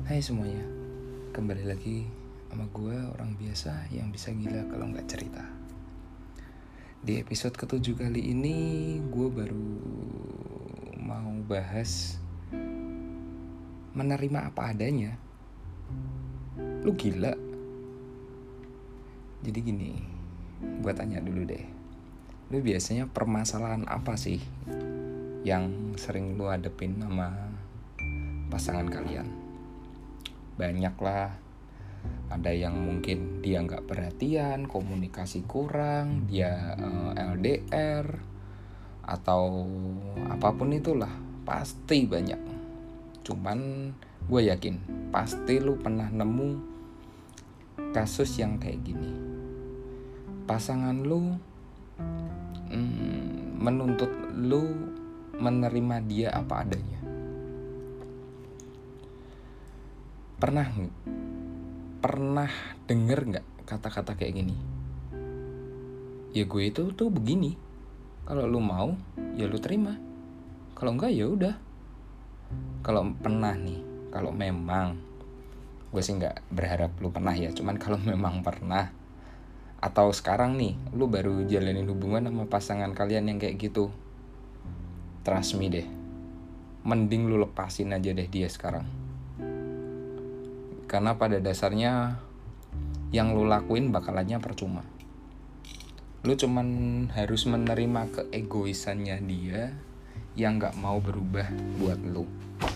Hai semuanya, kembali lagi sama gue, orang biasa yang bisa gila kalau nggak cerita. Di episode ke-7 kali ini gue baru mau bahas menerima apa adanya. Lu gila? Jadi gini, gue tanya dulu deh, lu biasanya permasalahan apa sih yang sering lu hadepin sama pasangan kalian? Banyak lah. Ada yang mungkin dia nggak perhatian, komunikasi kurang, dia LDR, atau apapun itulah, pasti banyak. Cuman gue yakin pasti lu pernah nemu kasus yang kayak gini. Pasangan lu menuntut lu menerima dia apa adanya. Pernah denger nggak kata-kata kayak gini? Ya gue itu tuh begini. Kalau lu mau, ya lu terima. Kalau enggak ya udah. Kalau pernah nih, kalau memang, gue sih nggak berharap lu pernah ya. Cuman kalau memang pernah, atau sekarang nih, lu baru jalanin hubungan sama pasangan kalian yang kayak gitu, trust me deh, mending lu lepasin aja deh dia sekarang. Karena pada dasarnya yang lu lakuin bakalannya percuma. Lu cuman harus menerima keegoisannya dia yang gak mau berubah buat lu.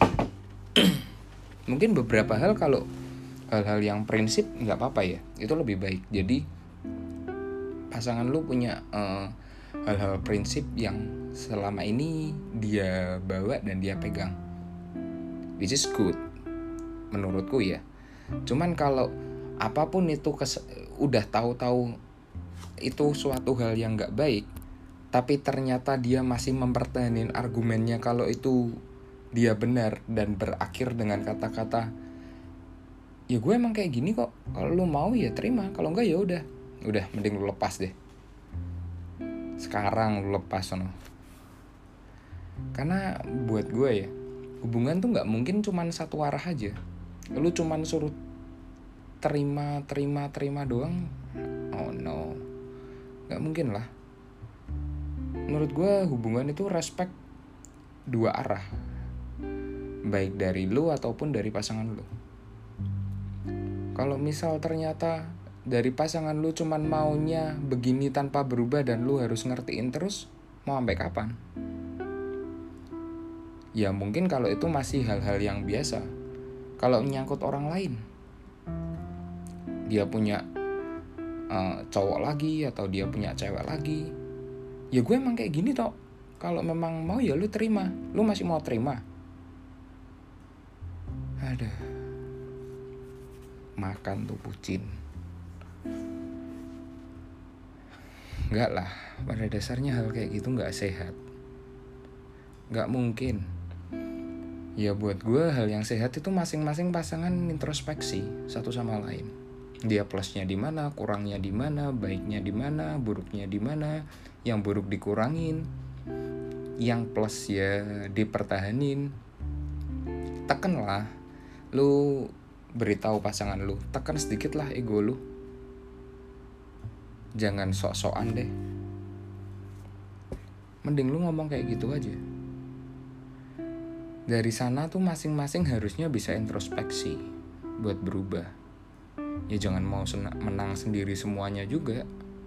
Mungkin beberapa hal, kalau hal-hal yang prinsip gak apa-apa ya, itu lebih baik. Jadi pasangan lu punya hal-hal prinsip yang selama ini dia bawa dan dia pegang, which is good menurutku ya. Cuman kalau apapun itu udah tahu-tahu itu suatu hal yang gak baik, tapi ternyata dia masih mempertahankan argumennya kalau itu dia benar dan berakhir dengan kata-kata, ya gue emang kayak gini kok, kalau lu mau ya terima, kalau enggak ya udah mending lu lepas deh sekarang, lu lepas sono. Karena buat gue ya, hubungan tuh nggak mungkin cuman satu arah aja. Lu cuman suruh terima doang, oh no, nggak mungkin lah. Menurut gue hubungan itu respect dua arah, baik dari lu ataupun dari pasangan lu. Kalau misal ternyata dari pasangan lu cuman maunya begini tanpa berubah dan lu harus ngertiin terus, mau sampai kapan? Ya mungkin kalau itu masih hal-hal yang biasa. Kalau menyangkut orang lain, dia punya cowok lagi atau dia punya cewek lagi, ya gue emang kayak gini toh, kalau memang mau ya lu terima. Lu masih mau terima? Aduh, makan tuh bucin. Enggak lah, pada dasarnya hal kayak gitu gak sehat, gak mungkin. Ya buat gue hal yang sehat itu masing-masing pasangan introspeksi satu sama lain. Dia plusnya di mana, kurangnya di mana, baiknya di mana, buruknya di mana. Yang buruk dikurangin, yang plus ya dipertahanin. Tekan lah, lu beritahu pasangan lu, tekan sedikit lah ego lu. Jangan sok-sokan deh. Mending lu ngomong kayak gitu aja. Dari sana tuh masing-masing harusnya bisa introspeksi buat berubah. Ya jangan mau menang sendiri semuanya juga.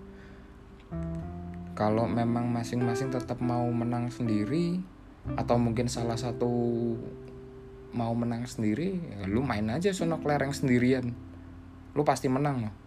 Kalau memang masing-masing tetap mau menang sendiri, atau mungkin salah satu mau menang sendiri, ya lu main aja sono kelereng sendirian. Lu pasti menang loh.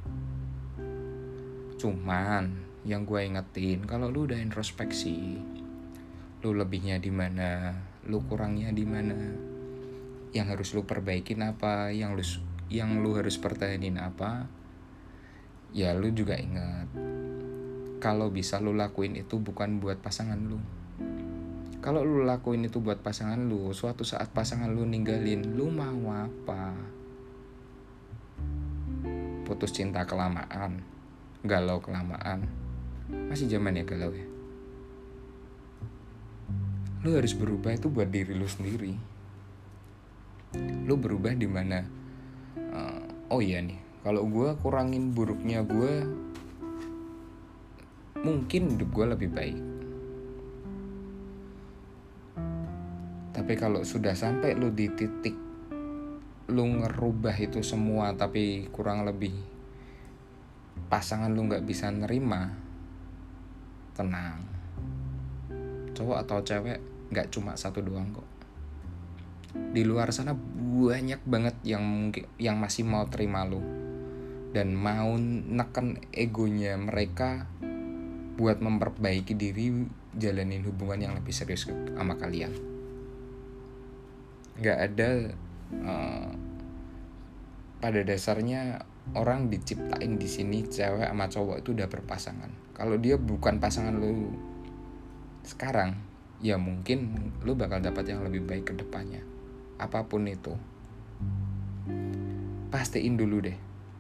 Cuman yang gue ingetin, kalau lu udah introspeksi, lu lebihnya di mana, lu kurangnya di mana, yang harus lu perbaikin apa, yang lu harus pertahanin apa, ya lu juga ingat, kalau bisa lu lakuin itu bukan buat pasangan lu. Kalau lu lakuin itu buat pasangan lu, suatu saat pasangan lu ninggalin, lu mau apa? Putus cinta kelamaan, galau kelamaan. Masih zaman ya galau ya. Lu harus berubah itu buat diri lu sendiri. lu berubah di mana oh iya nih, kalau gue kurangin buruknya gue, mungkin hidup gue lebih baik. Tapi kalau sudah sampai lu di titik lu ngerubah itu semua tapi kurang lebih pasangan lu gak bisa nerima, tenang, cowok atau cewek gak cuma satu doang kok. Di luar sana banyak banget yang masih mau terima lu dan mau neken egonya mereka buat memperbaiki diri, jalanin hubungan yang lebih serius sama kalian. Gak ada pada dasarnya orang diciptain di sini cewek sama cowok itu udah berpasangan. Kalau dia bukan pasangan lu sekarang, ya mungkin lu bakal dapat yang lebih baik ke depannya. Apapun itu, pastiin dulu deh,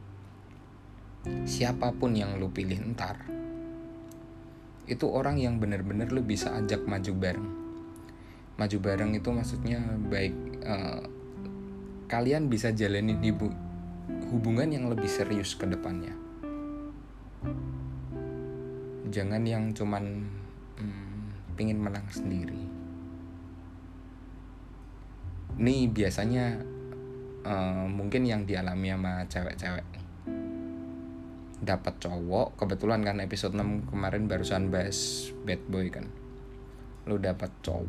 siapapun yang lu pilih ntar, itu orang yang benar-benar lu bisa ajak maju bareng. Maju bareng itu maksudnya baik kalian bisa jalanin hubungan yang lebih serius ke depannya. Jangan yang cuman pingin menang sendiri. Ini biasanya mungkin yang dialami sama cewek-cewek. Dapat cowok, kebetulan kan episode 6 kemarin barusan bahas bad boy kan. Lu dapat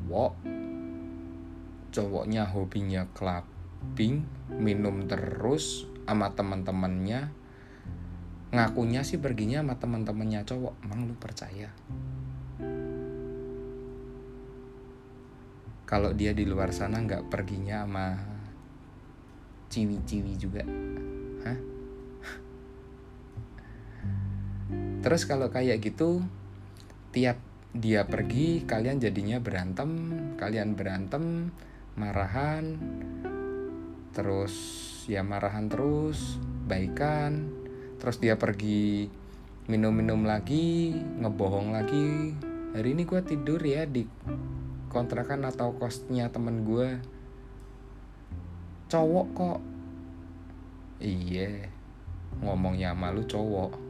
cowoknya hobinya clubbing, minum terus sama teman-temannya, ngakunya sih perginya sama teman-temannya cowok. Emang lu percaya? Kalau dia di luar sana nggak perginya sama ciwi-ciwi juga, hah? Terus kalau kayak gitu, tiap dia pergi kalian jadinya kalian berantem, marahan, terus ya marahan terus, baikan, terus dia pergi minum-minum lagi, ngebohong lagi. Hari ini gue tidur ya di kontrakan atau kosnya temen gue, cowok kok. Iya, ngomongnya sama lu cowok.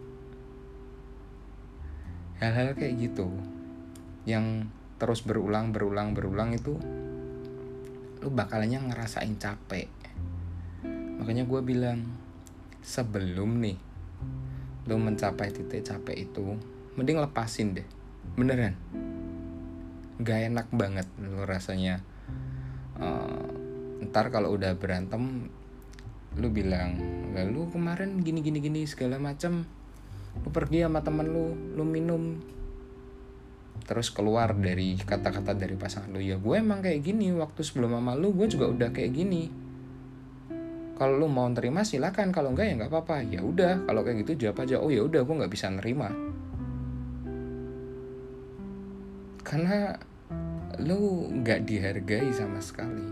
Hal-hal kayak gitu yang terus berulang itu, lu bakalnya ngerasain capek. Makanya gue bilang, sebelum nih lu mencapai titik capek itu, mending lepasin deh. Beneran, gak enak banget lu rasanya. Ntar kalau udah berantem, lu bilang, lu kemarin gini segala macam, lu pergi sama temen lu minum, terus keluar dari kata-kata dari pasangan lu, ya gue emang kayak gini, waktu sebelum sama lu gue juga udah kayak gini, kalau lu mau terima silakan, kalau enggak ya nggak apa-apa. Ya udah, kalau kayak gitu jawab aja, oh ya udah gue nggak bisa nerima, karena lu nggak dihargai sama sekali.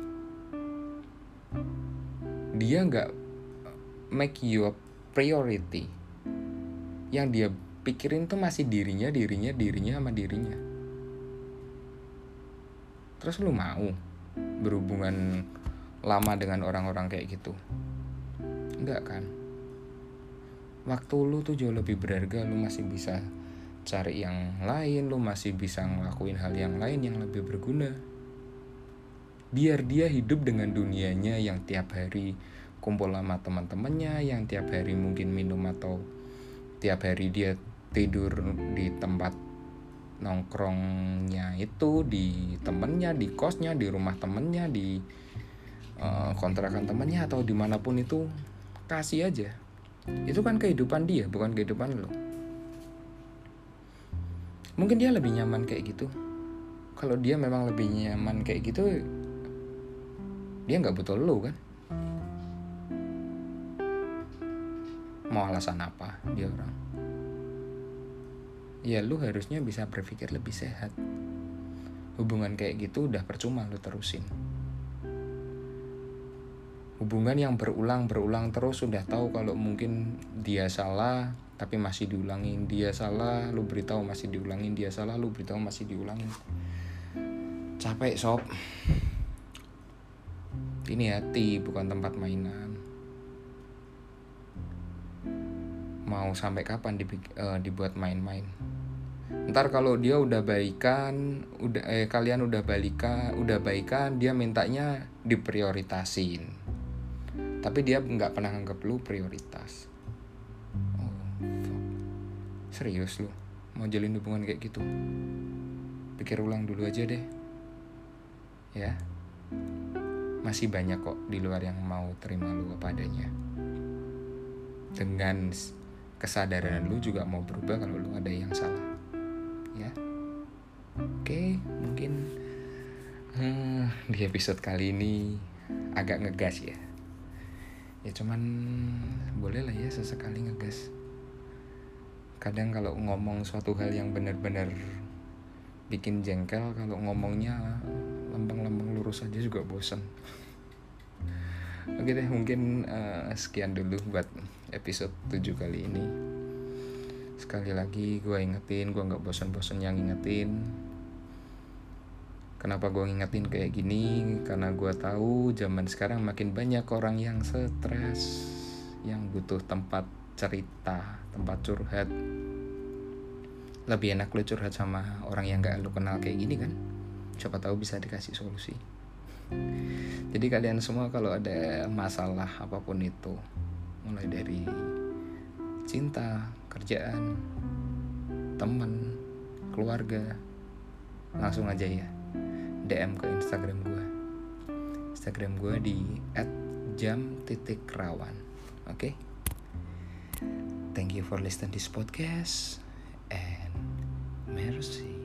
Dia nggak make you a priority. Yang dia pikirin tuh masih dirinya sama dirinya. Terus lu mau berhubungan lama dengan orang-orang kayak gitu? Enggak kan? Waktu lu tuh jauh lebih berharga, lu masih bisa cari yang lain, lu masih bisa ngelakuin hal yang lain yang lebih berguna. Biar dia hidup dengan dunianya yang tiap hari kumpul sama teman-temannya, yang tiap hari mungkin minum atau tiap hari dia tidur di tempat nongkrongnya itu, di temennya, di kosnya, di rumah temennya, di kontrakan temennya, atau dimanapun itu. Kasih aja. Itu kan kehidupan dia, bukan kehidupan lo. Mungkin dia lebih nyaman kayak gitu. Kalau dia memang lebih nyaman kayak gitu, dia gak butuh lo kan. Mau alasan apa dia orang? Ya lu harusnya bisa berpikir lebih sehat. Hubungan kayak gitu udah percuma lu terusin. Hubungan yang berulang terus, udah tahu kalau mungkin dia salah tapi masih diulangin, dia salah lu beritahu masih diulangin, dia salah lu beritahu masih diulangin. Capek sob. ini hati, bukan tempat mainan. Mau sampai kapan dibuat main-main? Ntar kalau dia udah baikan, kalian udah baikan, dia mintanya diprioritasin. Tapi dia nggak pernah anggap lu prioritas. Oh, fuck. Serius lu mau jalin hubungan kayak gitu? Pikir ulang dulu aja deh. Ya. Masih banyak kok di luar yang mau terima lu apa adanya. Dengan kesadaran lu juga mau berubah kalau lu ada yang salah. Ya. Oke, mungkin di episode kali ini agak ngegas ya. Ya cuman boleh lah ya sesekali ngegas. Kadang kalau ngomong suatu hal yang benar-benar bikin jengkel, kalau ngomongnya lempeng-lempeng lurus aja juga bosan. Oke deh, mungkin sekian dulu buat episode 7 kali ini. Sekali lagi gue ingetin, gue gak bosan-bosan yang ngingetin. Kenapa gue ngingetin kayak gini? Karena gue tahu zaman sekarang makin banyak orang yang stres, yang butuh tempat cerita, tempat curhat. Lebih enak lu curhat sama orang yang gak lu kenal kayak gini kan? Siapa tahu bisa dikasih solusi. Jadi kalian semua kalau ada masalah apapun itu, mulai dari cinta, kerjaan, teman, keluarga, langsung aja ya DM ke Instagram gue. Instagram gue di @jam_rawan. Oke? Thank you for listening this podcast and merci.